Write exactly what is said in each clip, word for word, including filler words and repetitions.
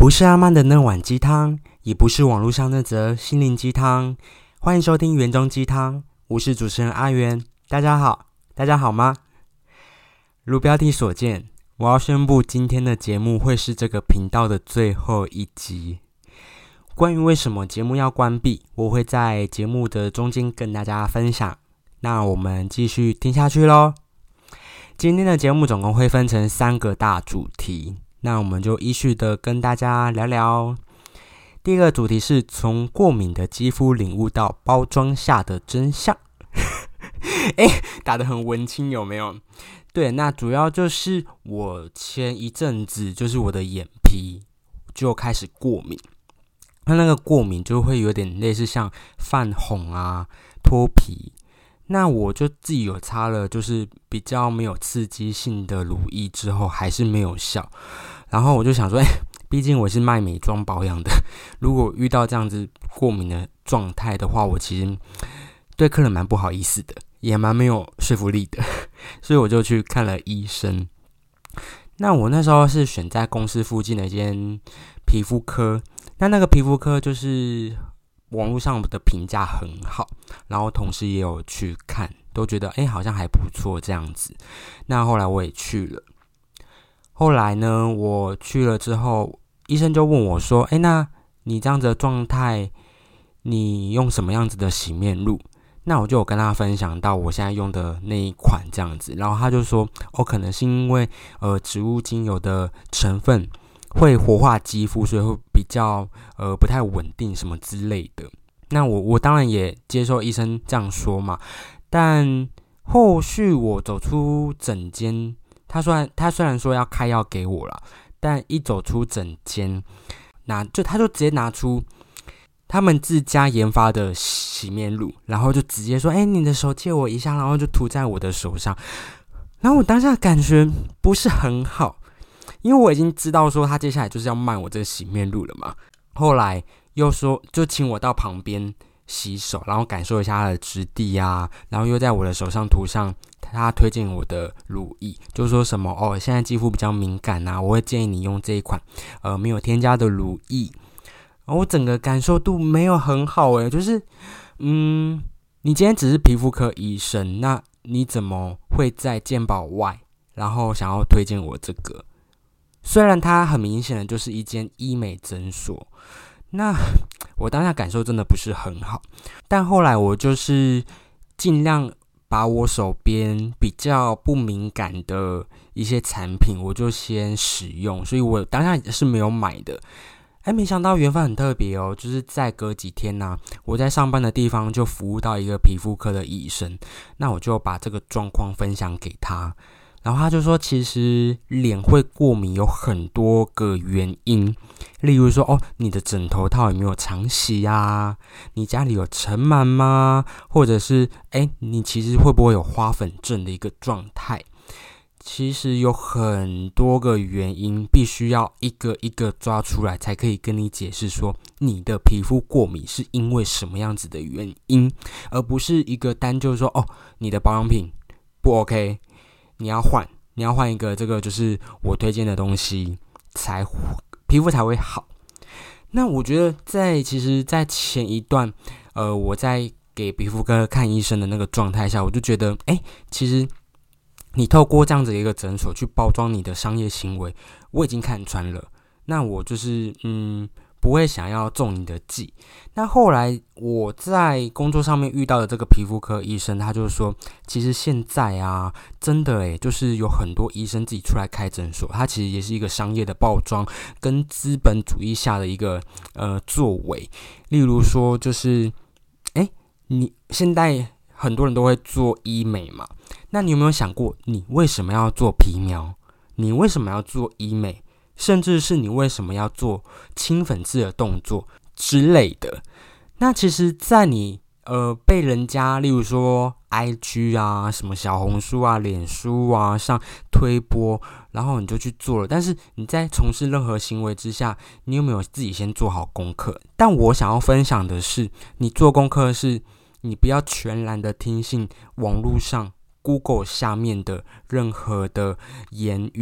不是阿曼的那碗鸡汤，也不是网络上那则心灵鸡汤。欢迎收听园中鸡汤，我是主持人阿元。大家好，大家好吗？如标题所见，我要宣布今天的节目会是这个频道的最后一集。关于为什么节目要关闭，我会在节目的中间跟大家分享。那我们继续听下去咯。今天的节目总共会分成三个大主题，那我们就依序的跟大家聊聊。第一个主题是从过敏的肌肤领悟到包装下的真相。欸，打得很文青有没有？对，那主要就是我前一阵子就是我的眼皮就开始过敏，那那个过敏就会有点类似像泛红啊、脱皮。那我就自己有擦了就是比较没有刺激性的乳液之后还是没有效，然后我就想说，哎、欸，毕竟我是卖美妆保养的，如果遇到这样子过敏的状态的话，我其实对客人蛮不好意思的，也蛮没有说服力的，所以我就去看了医生。那我那时候是选在公司附近的一间皮肤科，那那个皮肤科就是网络上的评价很好，然后同事也有去看，都觉得哎、欸、好像还不错这样子。那后来我也去了，后来呢我去了之后，医生就问我说，哎、欸，那你这样子的状态，你用什么样子的洗面乳？那我就有跟他分享到我现在用的那一款这样子，然后他就说，哦，可能是因为呃植物精油的成分会活化肌肤，所以会比较呃不太稳定什么之类的。那我我当然也接受医生这样说嘛，但后续我走出诊间，他虽然他虽然说要开药给我啦，但一走出诊间，拿就他就直接拿出他们自家研发的洗面乳，然后就直接说，哎、欸，你的手借我一下，然后就涂在我的手上。然后我当下感觉不是很好，因为我已经知道说他接下来就是要卖我这个洗面乳了嘛。后来又说就请我到旁边洗手，然后感受一下它的质地啊，然后又在我的手上涂上他推荐我的乳液，就说什么哦，现在肌肤比较敏感啊，我会建议你用这一款呃没有添加的乳液。我整个感受度没有很好诶，就是嗯，你今天只是皮肤科医生，那你怎么会在健保外，然后想要推荐我这个？虽然它很明显的就是一间医美诊所，那我当下感受真的不是很好，但后来我就是尽量把我手边比较不敏感的一些产品，我就先使用，所以我当下是没有买的。哎，没想到缘分很特别哦，就是再隔几天啊，我在上班的地方就服务到一个皮肤科的医生，那我就把这个状况分享给他，然后他就说，其实脸会过敏有很多个原因，例如说，哦，你的枕头套有没有常洗啊？你家里有尘螨吗？或者是，哎，你其实会不会有花粉症的一个状态？其实有很多个原因，必须要一个一个抓出来，才可以跟你解释说你的皮肤过敏是因为什么样子的原因，而不是一个单就说，哦，你的保养品不 OK， 你要换，你要换一个这个就是我推荐的东西，才皮肤才会好。那我觉得在其实，在前一段，呃，我在给皮肤科看医生的那个状态下，我就觉得，哎，其实你透过这样子的一个诊所去包装你的商业行为，我已经看穿了。那我就是嗯，不会想要中你的计。那后来我在工作上面遇到的这个皮肤科医生，他就说，其实现在啊，真的诶，就是有很多医生自己出来开诊所，他其实也是一个商业的包装，跟资本主义下的一个呃作为。例如说，就是诶，你现在很多人都会做医美嘛，那你有没有想过，你为什么要做皮描？你为什么要做医美？甚至是你为什么要做清粉刺的动作之类的？那其实，在你呃被人家，例如说 I G 啊、什么小红书啊、脸书啊上推播，然后你就去做了。但是你在从事任何行为之下，你有没有自己先做好功课？但我想要分享的是，你做功课是，你不要全然的听信网络上 Google 下面的任何的言语，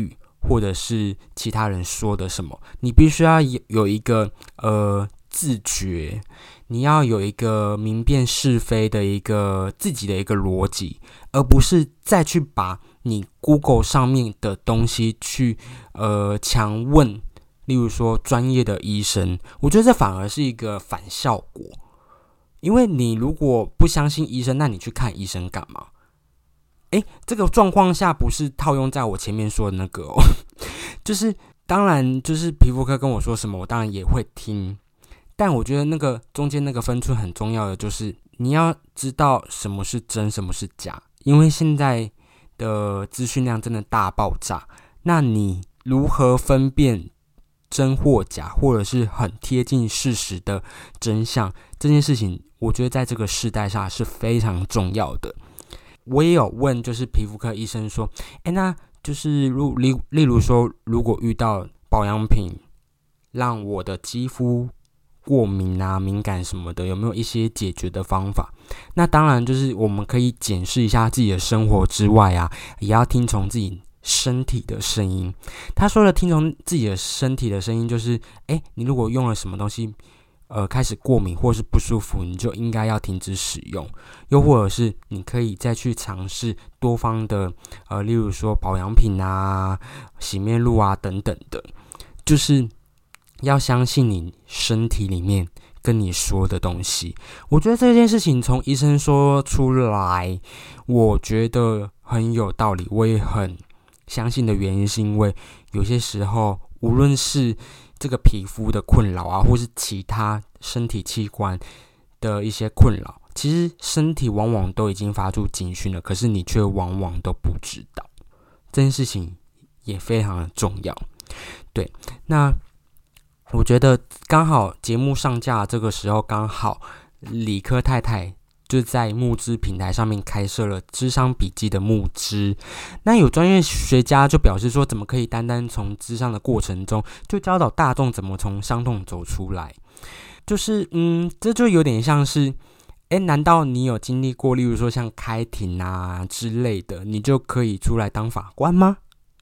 或者是其他人说的什么，你必须要有一个呃自觉，你要有一个明辨是非的一个自己的一个逻辑，而不是再去把你 Google 上面的东西去呃强问，例如说专业的医生，我觉得这反而是一个反效果。因为你如果不相信医生，那你去看医生干嘛？诶，这个状况下不是套用在我前面说的那个哦，就是当然就是皮肤科跟我说什么，我当然也会听，但我觉得那个中间那个分寸很重要的就是你要知道什么是真，什么是假，因为现在的资讯量真的大爆炸，那你如何分辨真或假，或者是很贴近事实的真相，这件事情我觉得在这个世代上是非常重要的。我也有问就是皮肤科医生说，诶，那就是如例例如说如果遇到保养品让我的肌肤过敏啊敏感什么的，有没有一些解决的方法？那当然就是我们可以检视一下自己的生活之外啊，也要听从自己身体的声音。他说的听从自己的身体的声音就是诶，你如果用了什么东西呃，开始过敏或是不舒服，你就应该要停止使用，又或者是你可以再去尝试多方的，呃，例如说保养品啊、洗面露啊等等的，就是要相信你身体里面跟你说的东西。我觉得这件事情从医生说出来，我觉得很有道理，我也很相信的原因是因为有些时候，无论是这个皮肤的困扰啊，或是其他身体器官的一些困扰，其实身体往往都已经发出警讯了，可是你却往往都不知道。这件事情也非常的重要。对，那我觉得刚好节目上架这个时候，刚好理科太太就在募资平台上面开设了諮商笔记的募资。那有专业学家就表示说，怎么可以单单从諮商的过程中就教导大众怎么从伤痛走出来？就是嗯，这就有点像是，诶，难道你有经历过，例如说像开庭啊之类的，你就可以出来当法官吗？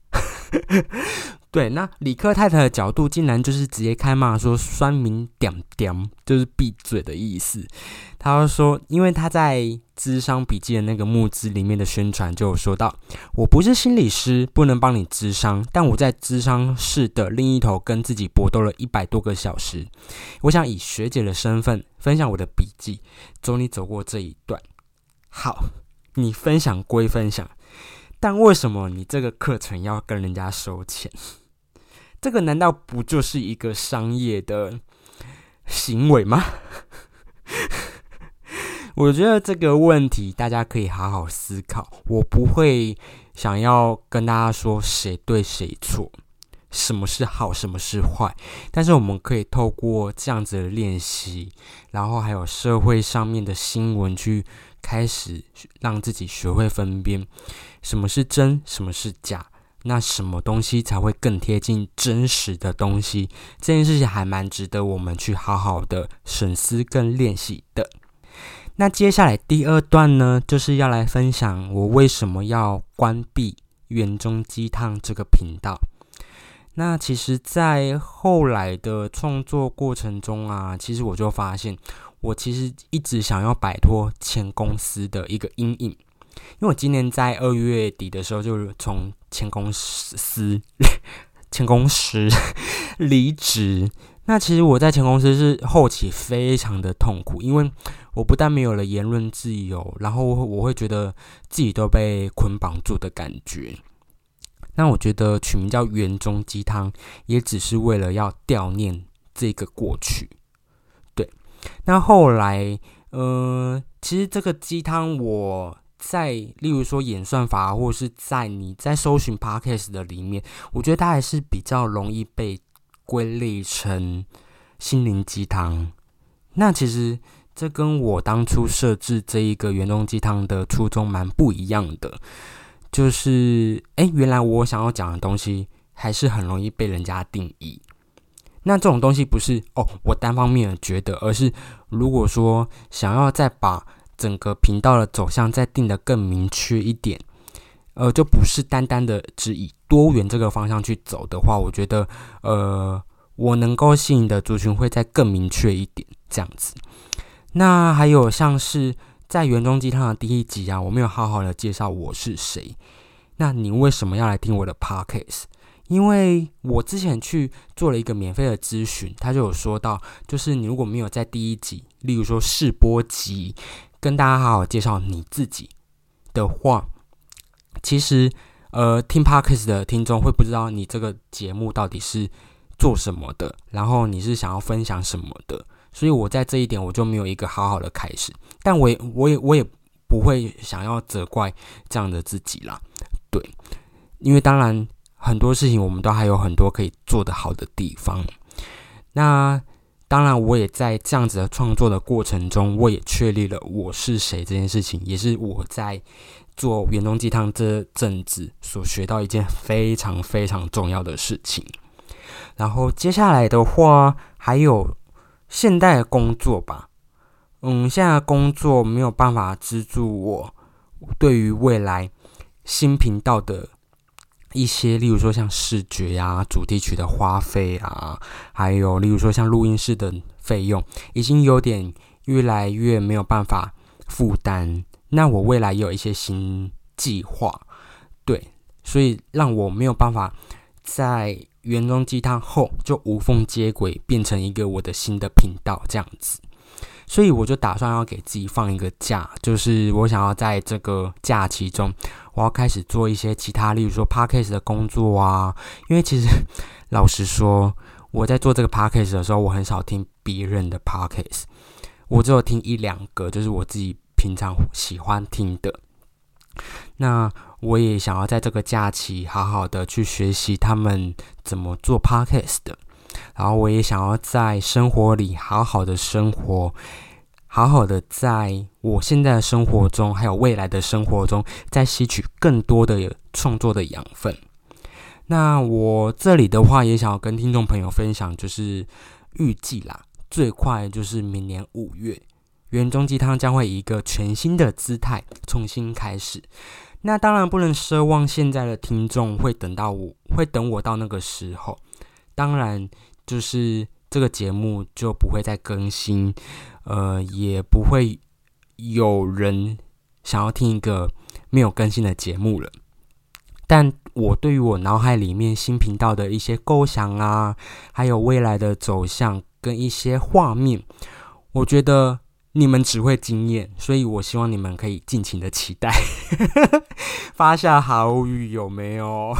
对，那理科太太的角度竟然就是直接开骂说酸民点点，就是闭嘴的意思。他说，因为他在諮商笔记的那个募资里面的宣传就有说到，我不是心理师，不能帮你諮商，但我在諮商室的另一头跟自己搏斗了一百多个小时。我想以学姐的身份分享我的笔记，走你走过这一段。好，你分享归分享，但为什么你这个课程要跟人家收钱？这个难道不就是一个商业的行为吗？我觉得这个问题大家可以好好思考。我不会想要跟大家说谁对谁错，什么是好，什么是坏，但是我们可以透过这样子的练习，然后还有社会上面的新闻去开始让自己学会分辨什么是真，什么是假，那什么东西才会更贴近真实的东西。这件事情还蛮值得我们去好好的审思跟练习的。那接下来第二段呢，就是要来分享我为什么要关闭园中鸡汤这个频道。那其实在后来的创作过程中啊，其实我就发现我其实一直想要摆脱前公司的一个阴影，因为我今年在二月底的时候就从前公司前公司离职。那其实我在前公司是后期非常的痛苦，因为我不但没有了言论自由，然后我会觉得自己都被捆绑住的感觉。那我觉得取名叫园中鸡汤，也只是为了要悼念这个过去。对，那后来，呃，其实这个鸡汤我在，例如说演算法，或是在你在搜寻 podcast 的里面，我觉得它还是比较容易被归类成心灵鸡汤。那其实这跟我当初设置这一个园中鸡汤的初衷蛮不一样的。就是诶，原来我想要讲的东西还是很容易被人家定义。那这种东西不是哦我单方面的觉得，而是如果说想要再把整个频道的走向再定得更明确一点， 呃，就不是单单的只以多元这个方向去走的话，我觉得呃，我能够吸引的族群会再更明确一点，这样子。那还有像是在园中鸡汤的第一集啊，我没有好好的介绍我是谁。那你为什么要来听我的 podcast？ 因为我之前去做了一个免费的咨询，他就有说到，就是你如果没有在第一集，例如说试播集，跟大家好好介绍你自己的话，其实呃，听 podcast 的听众会不知道你这个节目到底是做什么的，然后你是想要分享什么的。所以我在这一点我就没有一个好好的开始，但我也我也我也不会想要责怪这样的自己啦，对，因为当然很多事情我们都还有很多可以做得好的地方。那当然我也在这样子的创作的过程中，我也确立了我是谁这件事情，也是我在做园中鸡汤这阵子所学到一件非常非常重要的事情。然后接下来的话还有现代的工作吧，嗯，现在的工作没有办法资助我对于未来新频道的一些，例如说像视觉啊、主题曲的花费啊，还有例如说像录音室的费用，已经有点越来越没有办法负担。那我未来也有一些新计划，对，所以让我没有办法在园中鸡汤后就无缝接轨，变成一个我的新的频道这样子。所以我就打算要给自己放一个假，就是我想要在这个假期中，我要开始做一些其他，例如说 podcast 的工作啊。因为其实老实说，我在做这个 podcast 的时候，我很少听别人的 podcast， 我只有听一两个，就是我自己平常喜欢听的。那我也想要在这个假期好好的去学习他们怎么做 podcast 的，然后我也想要在生活里好好的生活，好好的在我现在的生活中还有未来的生活中再吸取更多的创作的养分。那我这里的话也想要跟听众朋友分享，就是预计啦，最快就是明年五月，园中鸡汤将会以一个全新的姿态重新开始。那当然不能奢望现在的听众会等到我会等我到那个时候，当然就是这个节目就不会再更新，呃，也不会有人想要听一个没有更新的节目了。但我对于我脑海里面新频道的一些构想啊，还有未来的走向跟一些画面，我觉得你们只会惊艳，所以我希望你们可以尽情的期待。发下豪语有没有？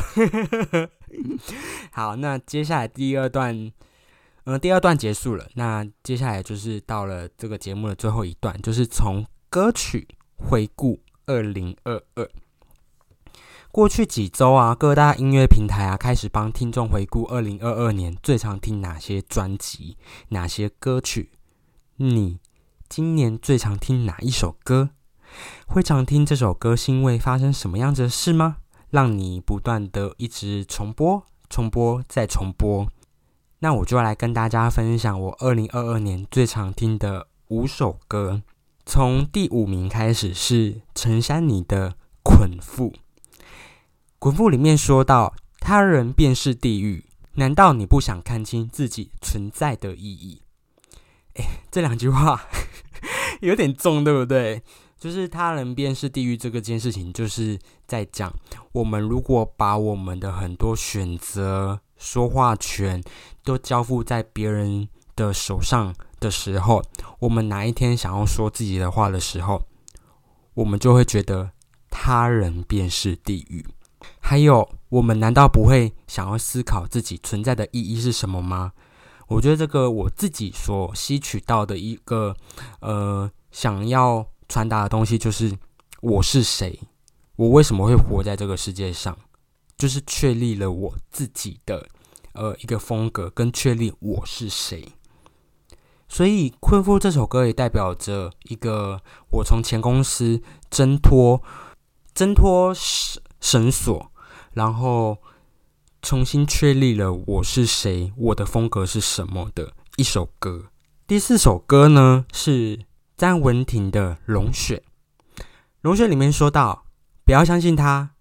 好，那接下来第二段，呃，第二段结束了。那接下来就是到了这个节目的最后一段，就是从歌曲回顾二零二二。过去几周啊，各大音乐平台啊开始帮听众回顾二零二二年最常听哪些专辑、哪些歌曲。你今年最常听哪一首歌？会常听这首歌是因为发生什么样子的事吗？让你不断的一直重播、重播再重播。那我就来跟大家分享我二零二二年最常听的五首歌。从第五名开始是陈珊妮的《捆缚》。《捆缚》里面说到，他人便是地狱，难道你不想看清自己存在的意义？诶，这两句话有点重，对不对？就是他人便是地狱这个件事情，就是在讲我们如果把我们的很多选择、说话权都交付在别人的手上的时候，我们哪一天想要说自己的话的时候，我们就会觉得他人便是地狱。还有，我们难道不会想要思考自己存在的意义是什么吗？我觉得这个我自己所吸取到的一个呃想要传达的东西，就是我是谁，我为什么会活在这个世界上，就是确立了我自己的呃一个风格，跟确立我是谁。所以《困缚》这首歌也代表着一个我从前公司挣脱挣脱绳索，然后重新确立了我是谁，我的风格是什么的一首歌。第四首歌呢是詹雯婷的《龙血》。龙血里面说到，不要相信他，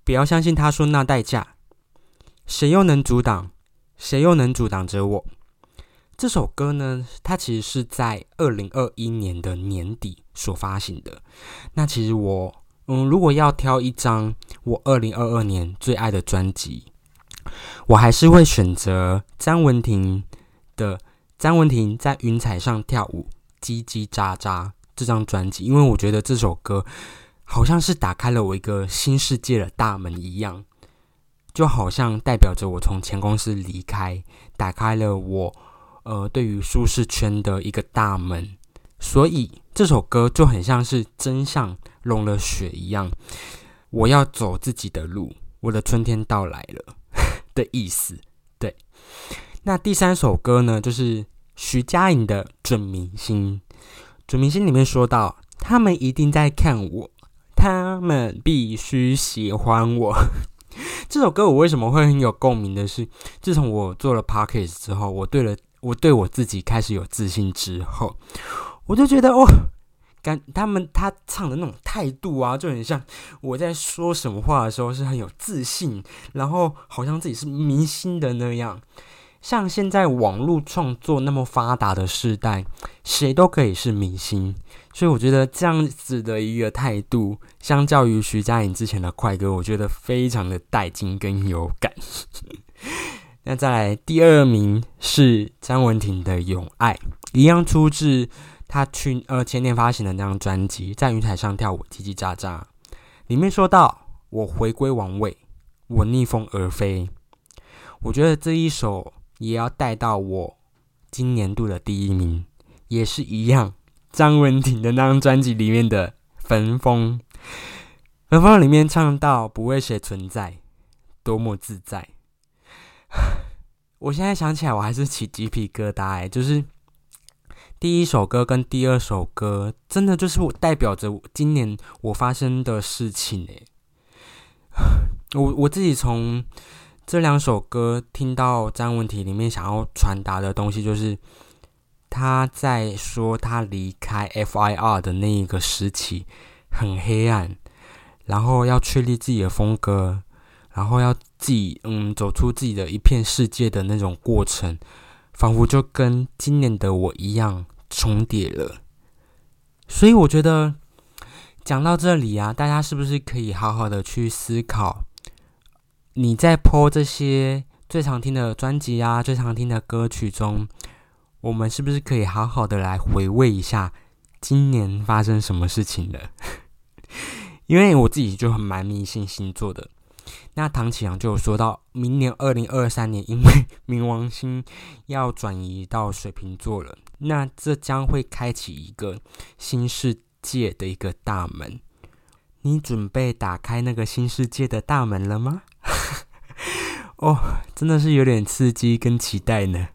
不要相信他说那代价，谁又能阻挡？谁又能阻挡着我？这首歌呢，它其实是在二零二一年的年底所发行的。那其实我，嗯，如果要挑一张我二零二二年最爱的专辑，我还是会选择张文婷的《张文婷在云彩上跳舞，叽叽喳喳》这张专辑，因为我觉得这首歌好像是打开了我一个新世界的大门一样，就好像代表着我从前公司离开，打开了我呃对于舒适圈的一个大门。所以这首歌就很像是真相融了雪一样，我要走自己的路，我的春天到来了的意思。对，那第三首歌呢，就是徐佳莹的《准明星》。《准明星》里面说到，他们一定在看我，他们必须喜欢我。这首歌我为什么会很有共鸣的是，自从我做了 Podcast 之后，我对了我对我自己开始有自信之后，我就觉得哦，感他们他唱的那种态度啊，就很像我在说什么话的时候是很有自信，然后好像自己是明星的那样。像现在网络创作那么发达的时代，谁都可以是明星，所以我觉得这样子的一个态度，相较于徐佳莹之前的快歌，我觉得非常的带劲跟有感。那再来第二名是张文婷的《永爱》，一样出自他去呃前年发行的那张专辑《在云彩上跳舞，叽叽喳喳》，里面说到我回归王位，我逆风而飞。我觉得这一首也要带到我今年度的第一名，也是一样，张文婷的那张专辑里面的《焚风》。《焚风》里面唱到不为谁存在，多么自在。我现在想起来，我还是起鸡皮疙瘩哎，就是第一首歌跟第二首歌，真的就是我代表着今年我发生的事情哎。我我自己从这两首歌听到张文婷里面想要传达的东西，就是他在说他离开 F I R 的那一个时期很黑暗，然后要确立自己的风格，然后要自己嗯走出自己的一片世界的那种过程，仿佛就跟今年的我一样重叠了。所以我觉得讲到这里啊，大家是不是可以好好的去思考，你在 po 这些最常听的专辑啊，最常听的歌曲中，我们是不是可以好好的来回味一下今年发生什么事情了？因为我自己就很蛮迷信星座的。那唐启阳就有说到，明年二零二三年，因为冥王星要转移到水瓶座了，那这将会开启一个新世界的一个大门。你准备打开那个新世界的大门了吗？哦，真的是有点刺激跟期待呢。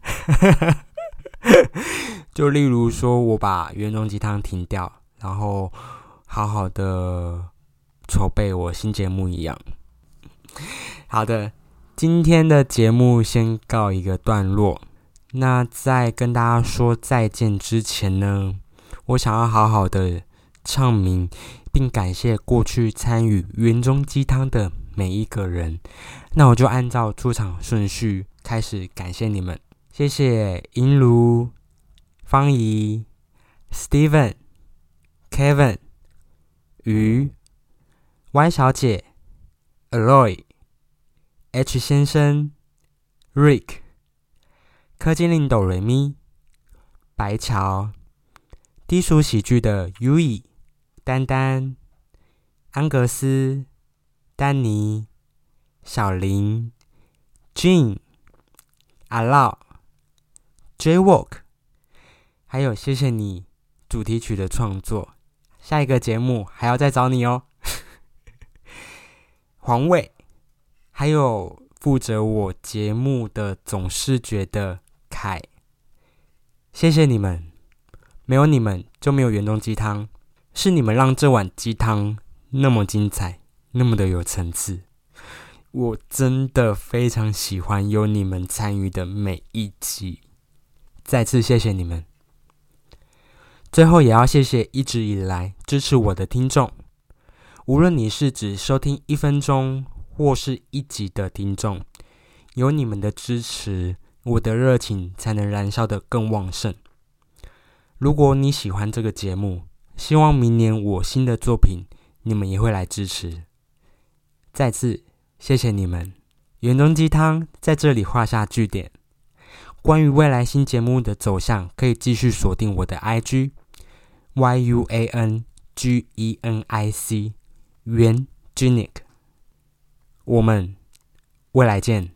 就例如说，我把原中鸡汤停掉，然后好好的筹备我新节目一样。好的，今天的节目先告一个段落。那在跟大家说再见之前呢，我想要好好的唱名，并感谢过去参与原中鸡汤的每一个人。那我就按照出场顺序开始感谢你们。谢谢银如、方怡、Steven、Kevin、鱼、Y 小姐、Aloy、H 先生、Rick、柯金令哆瑞咪、白乔、低俗喜剧的 Yui、丹丹、安格斯、丹尼、小林、Jean、阿lauJ-Walk， 还有谢谢你主题曲的创作，下一个节目还要再找你哦。黄伟，还有负责我节目的总视觉的凯，谢谢你们，没有你们就没有原中鸡汤，是你们让这碗鸡汤那么精彩，那么的有层次。我真的非常喜欢有你们参与的每一集，再次谢谢你们。最后也要谢谢一直以来支持我的听众，无论你是只收听一分钟， 或是一集的听众，有你们的支持，我的热情才能燃烧得更旺盛。如果你喜欢这个节目，希望明年我新的作品你们也会来支持。再次谢谢你们，园中鸡汤在这里画下句点。关于未来新节目的走向，可以继续锁定我的 I G Y U A N G E N I C 袁 Genic。我们未来见。